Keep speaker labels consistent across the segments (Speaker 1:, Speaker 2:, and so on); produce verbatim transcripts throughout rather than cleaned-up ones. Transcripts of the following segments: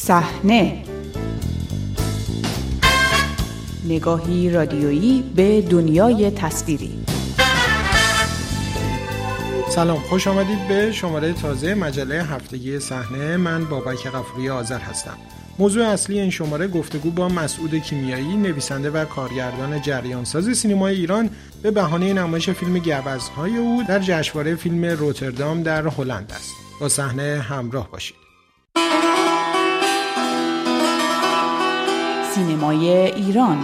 Speaker 1: صحنه، نگاهی رادیویی به دنیای تصویری.
Speaker 2: سلام، خوش آمدید به شماره تازه مجله هفتگی صحنه. من بابک غفوری آذر هستم. موضوع اصلی این شماره گفتگو با مسعود کیمیایی، نویسنده و کارگردان جریانساز سینمای ایران، به بهانه نمایش فیلم گوزن‌های او در جشنواره فیلم روتردام در هلند است. با صحنه همراه باشید.
Speaker 1: سینمای ایران.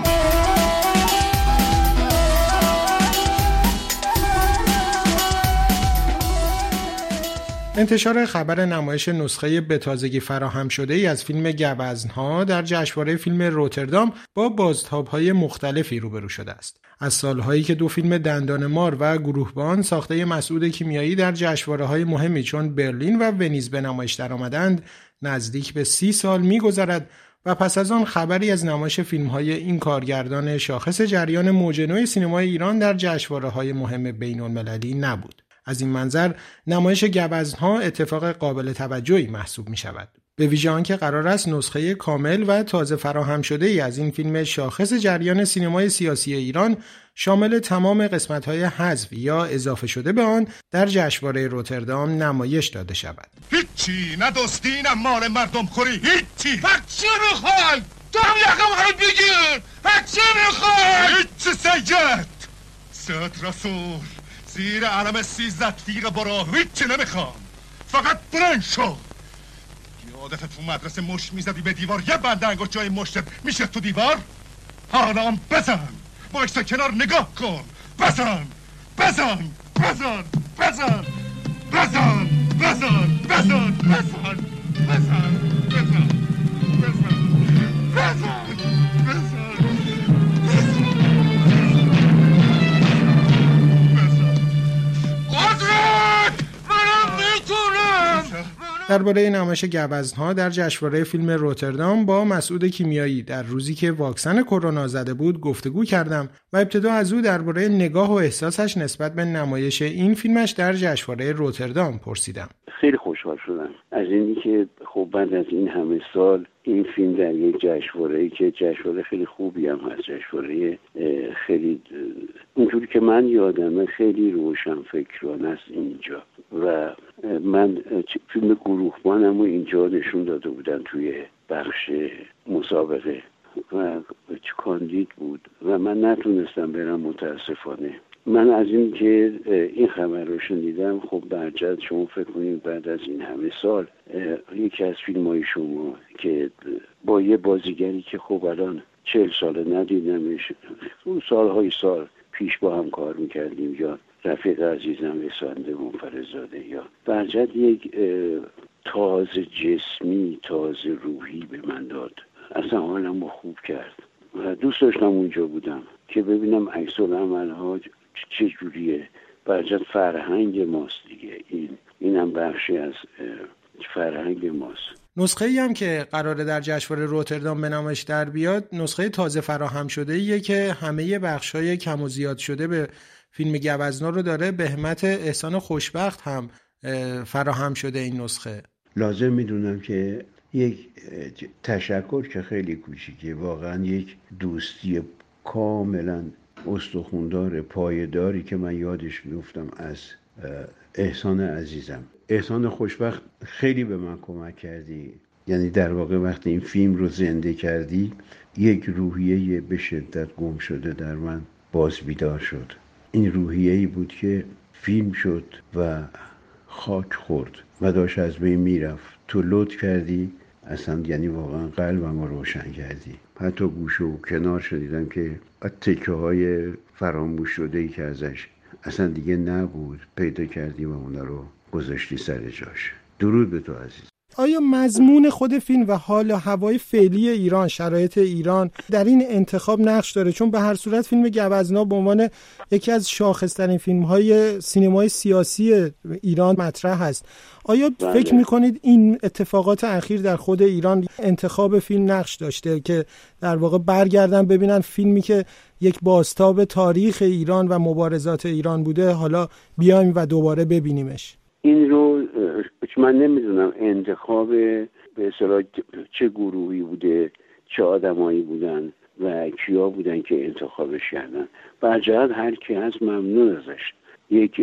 Speaker 2: انتشار خبر نمایش نسخه به تازگی فراهم شده ای از فیلم گوزن‌ها در جشنواره فیلم روتردام با بازتاب‌های مختلفی روبرو شده است. از سال‌هایی که دو فیلم دندان مار و گروهبان ساخته مسعود کیمیایی در جشنواره‌های مهمی چون برلین و ونیز به نمایش درآمدند، نزدیک به سی سال می‌گذرد و پس از آن خبری از نمایش فیلم‌های این کارگردان شاخص جریان موج نو سینمای ایران در جشنواره‌های مهم بین‌المللی نبود. از این منظر نمایش گوزن‌ها اتفاق قابل توجهی محسوب می‌شود. به ویژه آنکه قرار است نسخه کامل و تازه فراهم شده ای از این فیلم شاخص جریان سینمای سیاسی ایران شامل تمام قسمت‌های حذف یا اضافه شده به آن در جشنواره روتردام نمایش داده شود.
Speaker 3: هیچی ندوستی، نه مال مردم خوری، هیچی. بچه میخوای؟ تو هم یکم هم بگیر. بچه میخوای؟ هیچی سید. سید رسول زیر علم سیزده تیغ برا هیچی نمیخوام. فقط بلند شو. یادت تو مدرسه مشت میزدی به دیوار، یه بنده انگشت جای مشتت میشه تو دیوار؟ حالا هم بزن، وایسا کنار نگاه کن. بزن بزن بزن بزن بزن بزن بزن بزن بزن بزن بزن بزن
Speaker 2: درباره نمایش گوزن‌ها در جشنواره فیلم روتردام با مسعود کیمیایی در روزی که واکسن کرونا زده بود گفتگو کردم و ابتدا از او درباره نگاه و احساسش نسبت به نمایش این فیلمش در جشنواره روتردام پرسیدم.
Speaker 4: خیلی خوشحال شدم از اینی که خب بعد از این همه سال این فیلم در یک جشنواره‌ای که جشنواره خیلی خوبی هم هست، جشنواره خیلی اونجوری که من یادمه خیلی روشن فکرانه است اینجا، و من فیلم گروهبانم رو اینجا نشون داده بودن توی بخش مسابقه و کاندید بود و من نتونستم برم متاسفانه. من از این که این خبر رو شنیدم، خب برجت شما فکر کنید بعد از این همه سال یکی از فیلم های شما که با یه بازیگری که خب الان چهل ساله ندیدمش، اون سالهای سال پیش با هم کار میکردیم، یا رفیق عزیزم اسفنده منفرزاده، یا برجت یک تازه جسمی تازه روحی به من داد. اصلا حالم رو خوب کرد و دوست داشتم اونجا بودم که ببینم عکس العمل ها چه جوریه. برجت فرهنگ ماست دیگه، این اینم بخشی از فرهنگ ماست.
Speaker 2: نسخه ای هم که قراره در جشنواره روتردام به نمایش در بیاد نسخه تازه فراهم شده ایه که همه بخش‌های کم و زیاد شده به فیلم گوزنا رو داره. بهمت احسان خوشبخت هم فراهم شده این نسخه.
Speaker 5: لازم میدونم که یک تشکر که خیلی کوچیکه، واقعا یک دوستی کاملا استخوندار پایداری که من یادش میفتم از احسان عزیزم. احسان خوشبخت خیلی به من کمک کردی، یعنی در واقع وقتی این فیلم رو زنده کردی یک روحیه به شدت گم شده در من باز بیدار شد. این روحیه‌ای بود که فیلم شد و خاک خورد و داشت از بین میرفت. تو لطف کردی، اصلا یعنی واقعا قلبم رو روشن کردی. حتی گوشه و کنار شدیدم که تکه های فراموش شده‌ای که ازش اصلا دیگه نبود پیدا کردی و اونا رو گذاشتی سر جاش. درود به تو عزیز.
Speaker 2: آیا مضمون خود فیلم و حال و هوای فعلی ایران، شرایط ایران در این انتخاب نقش داره؟ چون به هر صورت فیلم گوزنا به عنوان یکی از شاخص‌ترین فیلم‌های سینمای سیاسی ایران مطرح هست. آیا بله. فکر می‌کنید این اتفاقات اخیر در خود ایران انتخاب فیلم نقش داشته که در واقع برگردن ببینن فیلمی که یک بازتاب تاریخ ایران و مبارزات ایران بوده حالا بیایم و دوباره ببینیمش؟
Speaker 4: این رو من نمیدونم انتخاب به اصطلاح چه گروهی بوده، چه آدمایی بودن و کیا بودن که انتخابش کردن. برجهت هر کی هست ممنون ازش. یک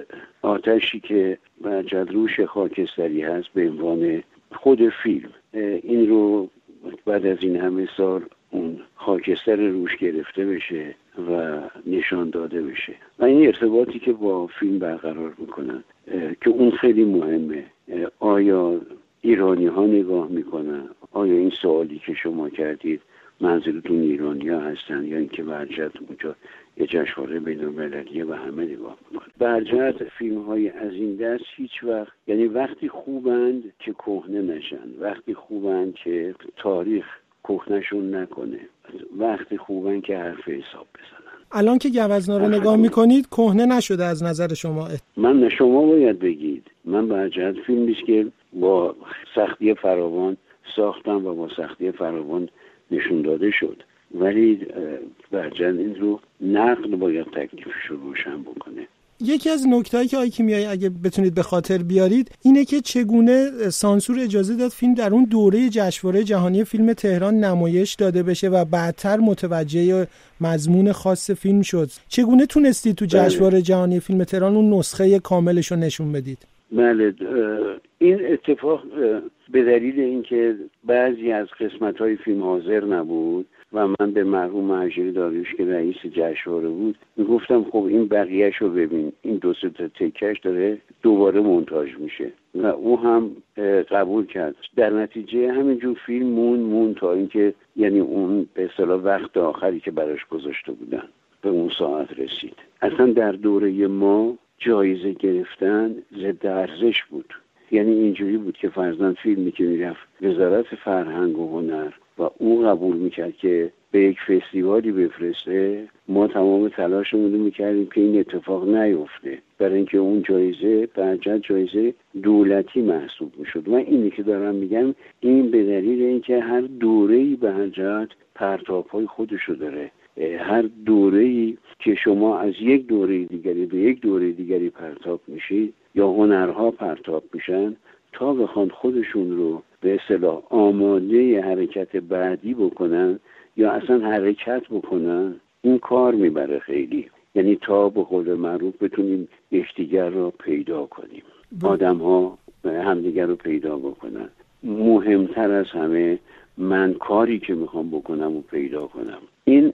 Speaker 4: آتشی که برجهت روش خاکستری هست به عنوان خود فیلم، این رو بعد از این همه سال اون خاکستر روش گرفته بشه و نشان داده بشه و این ارتباطی که با فیلم برقرار میکنن که اون خیلی مهمه. آیا ایرانی ها نگاه میکنن؟ آیا این سوالی که شما کردید منظورتون ایرانی ها هستن یا اینکه برجهت اونجا یه جشنواره بین‌المللیه و همه نگاه میکنن؟ برجهت فیلم های از این دست هیچ وقت، یعنی وقتی خوبند که کهنه نشن، وقتی خوبند که تاریخ کهنه‌شون نکنه، وقتی خوبن که حرف حساب بزنن.
Speaker 2: الان که گوزنا رو نگاه میکنید کهنه نشده از نظر شما؟
Speaker 4: من نه، شما باید بگید. من برجهت فیلمی است که با سختی فراوان ساختم و با سختی فراوان نشون داده شد، ولی برجهت این رو نقد باید تکلیفش رو روشن بکنه.
Speaker 2: یکی از نکتهایی که آقای کیمیایی اگه بتونید به خاطر بیارید اینه که چگونه سانسور اجازه داد فیلم در اون دوره جشنواره جهانی فیلم تهران نمایش داده بشه و بعدتر متوجه مضمون خاص فیلم شد. چگونه تونستید تو جشنواره جهانی فیلم تهران اون نسخه کاملش رو نشون بدید؟
Speaker 4: بله، این اتفاق به دلیل اینکه بعضی از قسمت‌های فیلم حاضر نبود و من به مرحوم مهاجری داریوش که رئیس جشنواره بود میگفتم خب این بقیه‌ش رو ببین، این دو سه تا تکش داره دوباره مونتاژ میشه و او هم قبول کرد. در نتیجه همینجور فیلم مون مون تا اینکه یعنی اون به اصطلاح وقت آخری که براش گذاشته بودن به اون ساعت رسید. اصلا در دوره ما جایزه گرفتن ضد ارزش بود. یعنی اینجوری بود که فرضاً فیلمی که میرفت وزارت فرهنگ و هنر و او قبول میکرد که به یک فستیوالی بفرسته، ما تمام تلاشمون رو میکردیم که این اتفاق نیفته، برای اینکه اون جایزه برجهت جایزه دولتی محسوب میشد. و اینی که دارم میگم این به دلیل اینکه هر دوره‌ای برجهت پرتاب‌های خودشو داره. هر دوره‌ای که شما از یک دوره دیگری به یک دوره دیگری پرتاب میشید یا هنرها پرتاب میشن تا بخوان خودشون رو به اصطلاح آماده حرکت بعدی بکنن یا اصلا حرکت بکنن، این کار میبره خیلی. یعنی تا به قول معروف بتونیم یکدیگر رو پیدا کنیم، آدم ها همدیگر رو پیدا بکنن. مهمتر از همه من کاری که میخوام بکنم و پیدا کنم. این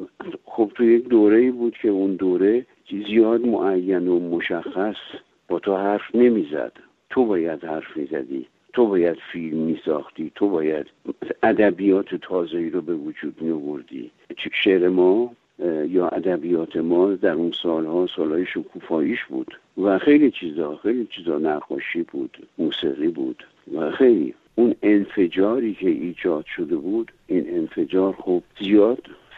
Speaker 4: خب تو یک دوره‌ای بود که اون دوره زیاد معین و مشخص با تو حرف نمیزد. تو باید حرف میزدی، تو باید فیلم میساختی، تو باید ادبیات تازه‌ای رو به وجود می‌آوردی. شعر ما یا ادبیات ما در اون سالها سالهای شکوفاییش بود و خیلی چیزا خیلی چیزا نقاشی بود، موسیقی بود و خیلی اون انفجاری که ایجاد شده بود، این انفجار خب زیاد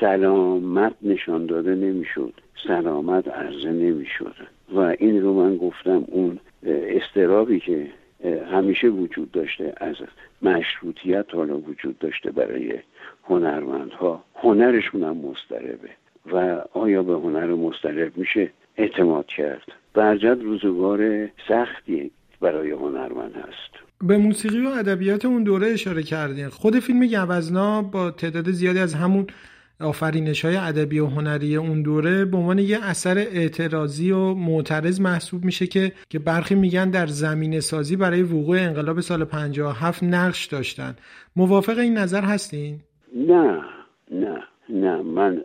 Speaker 4: سلامت نشان داده نمیشد، سلامت عرضه نمیشد و این رو من گفتم اون استرابی که همیشه وجود داشته از مشروطیت حالا وجود داشته برای هنرمندها، هنرشون هم مضطربه و آیا به هنر مضطرب میشه اعتماد کرد؟ برجهت روزگار سختی برای هنرمند هست.
Speaker 2: به موسیقی و ادبیات اون دوره اشاره کردین. خود فیلم گوزنا با تعداد زیادی از همون آفرینش‌های ادبی و هنری اون دوره به عنوان یه اثر اعتراضی و معترض محسوب میشه که که برخی میگن در زمینه سازی برای وقوع انقلاب سال پنجاه و هفت نقش داشتن. موافق این نظر هستین؟
Speaker 4: نه نه نه من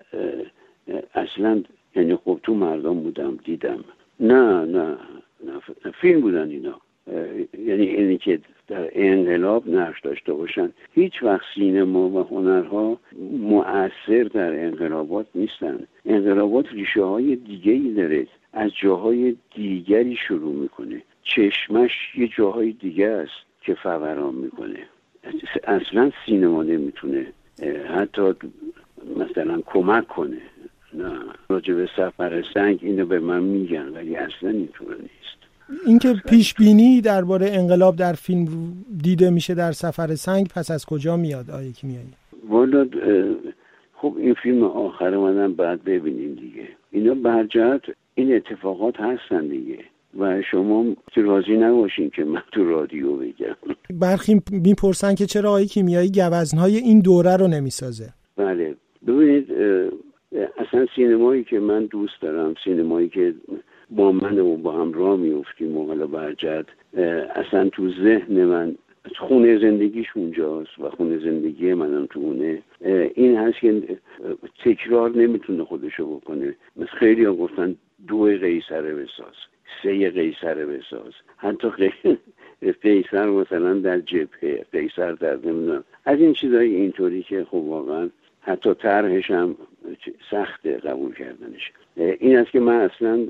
Speaker 4: اصلا یعنی خب تو مردم بودم دیدم. نه نه نه فیلم بودن اینا. یعنی اینی که در انقلاب نقش داشته باشن. هیچ وقت سینما و هنرها مؤثر در انقلابات نیستن. انقلابات ریشه های دیگری داره، از جاهای دیگری شروع میکنه، چشمش یه جاهای دیگه است که فوران میکنه. اصلا سینما نمیتونه حتی مثلا کمک کنه. نه، راجع به سفر سنگ اینو به من میگن ولی اصلا اینطور نیست.
Speaker 2: اینکه پیش بینی درباره انقلاب در فیلم دیده میشه در سفر سنگ پس از کجا میاد آقای کیمیایی؟
Speaker 4: والا خب این فیلم آخر منم بعد ببینیم دیگه. اینا برجهت این اتفاقات هستن دیگه و شما که راضی نباشین که من تو رادیو بگم.
Speaker 2: برخی میپرسن که چرا آقای کیمیایی گوزنهای این دوره رو نمیسازه.
Speaker 4: بله ببینید اصلا سینمایی که من دوست دارم، سینمایی که با من و با هم راه میفتیم و حالا برجد، اصلا تو ذهن من خونه زندگیش اونجاست و خونه زندگی منم تو اونه. این هست که تکرار نمیتونه خودشو بکنه. مثل خیلی ها گفتن دو قیصر بساز، سه قیصر بساز، حتی قیصر مثلا در جبهه، قیصر در نمیدونم، از این چیزای اینطوری که خب واقعا حتی طرحش هم سخته قبول کردنش. این است که من اصلا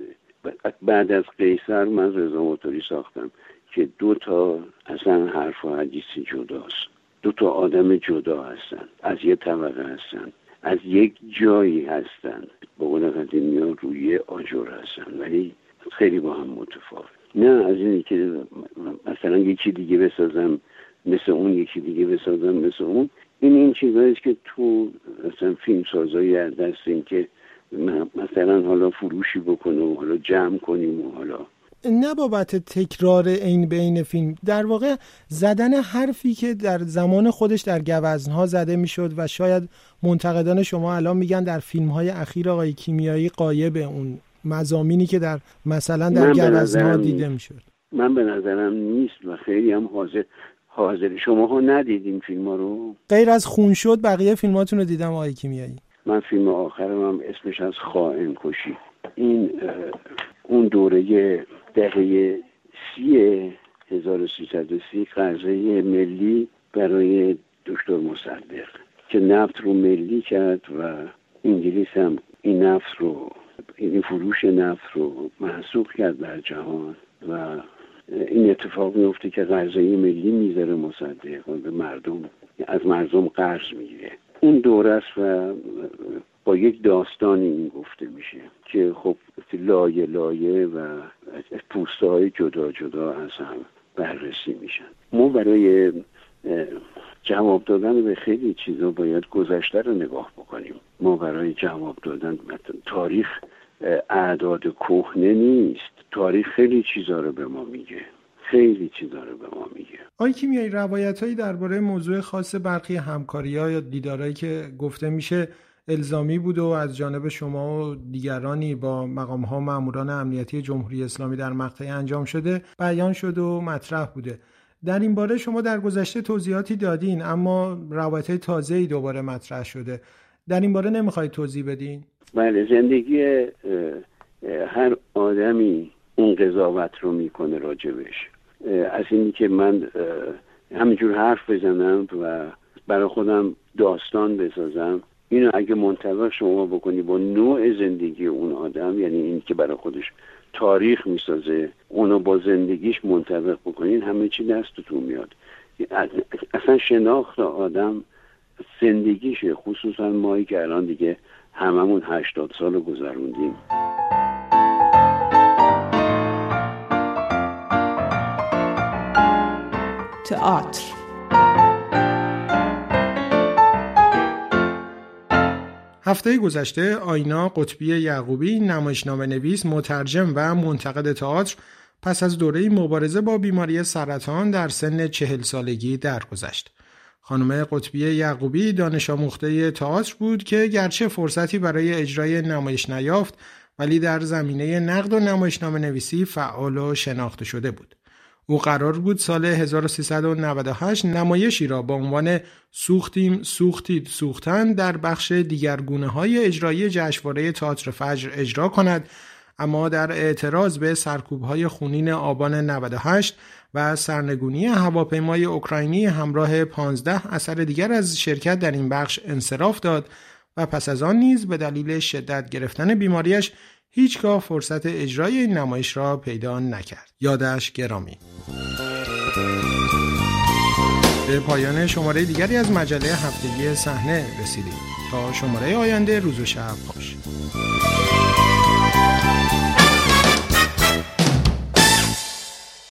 Speaker 4: بعد از قیصر من رضا موتوری ساختم که دو تا اصلا حرف و حدیثی جداست، دو تا آدم جدا هستن، از یه طبقه هستن، از یک جایی هستن، با قول قدیمی ها روی آجر هستن، ولی خیلی با هم متفاوت. نه از اینی که مثلا یکی دیگه بسازم مثل اون، یکی دیگه بسازم مثل اون. این این چیزاییست که تو مثلا فیلم سازایی از دست این که مثلا حالا فروشی بکنه و حالا جمع کنیم و حالا
Speaker 2: نه بابت تکرار این بین فیلم، در واقع زدن حرفی که در زمان خودش در گوزنها زده میشد و شاید منتقدان شما الان میگن در فیلم‌های اخیر آقای کیمیایی غایب اون مضامینی که در مثلا در گوزنها دیده میشد.
Speaker 4: من به نظرم نیست و خیلی هم حاضر حاضر شما ها ندیدین فیلم ها رو؟
Speaker 2: غیر از خون شد بقیه فیلماتون رو دیدم آقای کیمیایی.
Speaker 4: من فیلم آخرم هم اسمش از خائن کشی. این اون دوره دهه سی هزار و سیصد و سی قرضه ملی برای دکتر مصدق که نفت رو ملی کرد و انگلیس هم این نفت رو، این فروش نفت رو محسوب کرد در جهان و این اتفاق میفته که قرضه ملی میذاره مصدق و به مردم، از مردم قرض میگیره. اون دوره است و با یک داستانی این گفته میشه که خب لایه لایه و پوسته های جدا جدا از هم بررسی میشن. ما برای جواب دادن به خیلی چیزا باید گذشته رو نگاه بکنیم. ما برای جواب دادن تاریخ اعداد کهنه نیست، تاریخ خیلی چیزا رو به ما میگه، خیلی چیزا رو به ما میگه.
Speaker 2: آقای کیمیایی روایتایی درباره موضوع خاص برخی همکاری‌ها یا دیدارایی که گفته میشه الزامی بود و از جانب شما و دیگرانی با مقام‌ها ماموران امنیتی جمهوری اسلامی در مقطعی انجام شده بیان شده و مطرح بوده. در این باره شما در گذشته توضیحاتی دادین اما روایت‌های تازه‌ای دوباره مطرح شده. در این باره نمیخواید توضیح بدین؟
Speaker 4: بله، زندگی هر آدمی اون قضاوت رو میکنه راجبش. از اینی که من همینجور حرف بزنم و برای خودم داستان بسازم، اینو اگه منطبق شما بکنی با نوع زندگی اون آدم، یعنی این که برای خودش تاریخ میسازه، اونو با زندگیش منطبق بکنین، همه چی دستتون میاد. اصلا شناخت آدم زندگیشه، خصوصا مایی که الان دیگه هممون هشتاد سال گذروندیم.
Speaker 1: تئاتر.
Speaker 2: هفته گذشته آینا قطبی یعقوبی، نمایشنامه نویس، مترجم و منتقد تئاتر، پس از دوره مبارزه با بیماری سرطان در سن چهل سالگی درگذشت. خانم قطبی یعقوبی دانش آموخته تئاتر بود که گرچه فرصتی برای اجرای نمایش نیافت، ولی در زمینه نقد و نمایشنامه نویسی فعال و شناخته شده بود. او قرار بود سال هزار و سیصد و نود و هشت نمایشی را با عنوان سوختیم سوختید سوختن در بخش دیگرگونه‌های اجرایی جشنواره تئاتر فجر اجرا کند، اما در اعتراض به سرکوب‌های خونین آبان نود و هشت و سرنگونی هواپیمای اوکراینی همراه پانزده اثر دیگر از شرکت در این بخش انصراف داد و پس از آن نیز به دلیل شدت گرفتن بیماریش هیچگاه فرصت اجرای این نمایش را پیدا نکرد. یادش گرامی. به پایان شماره دیگری از مجله هفتگی صحنه رسیدیم. تا شماره آینده، روز و شب خوش.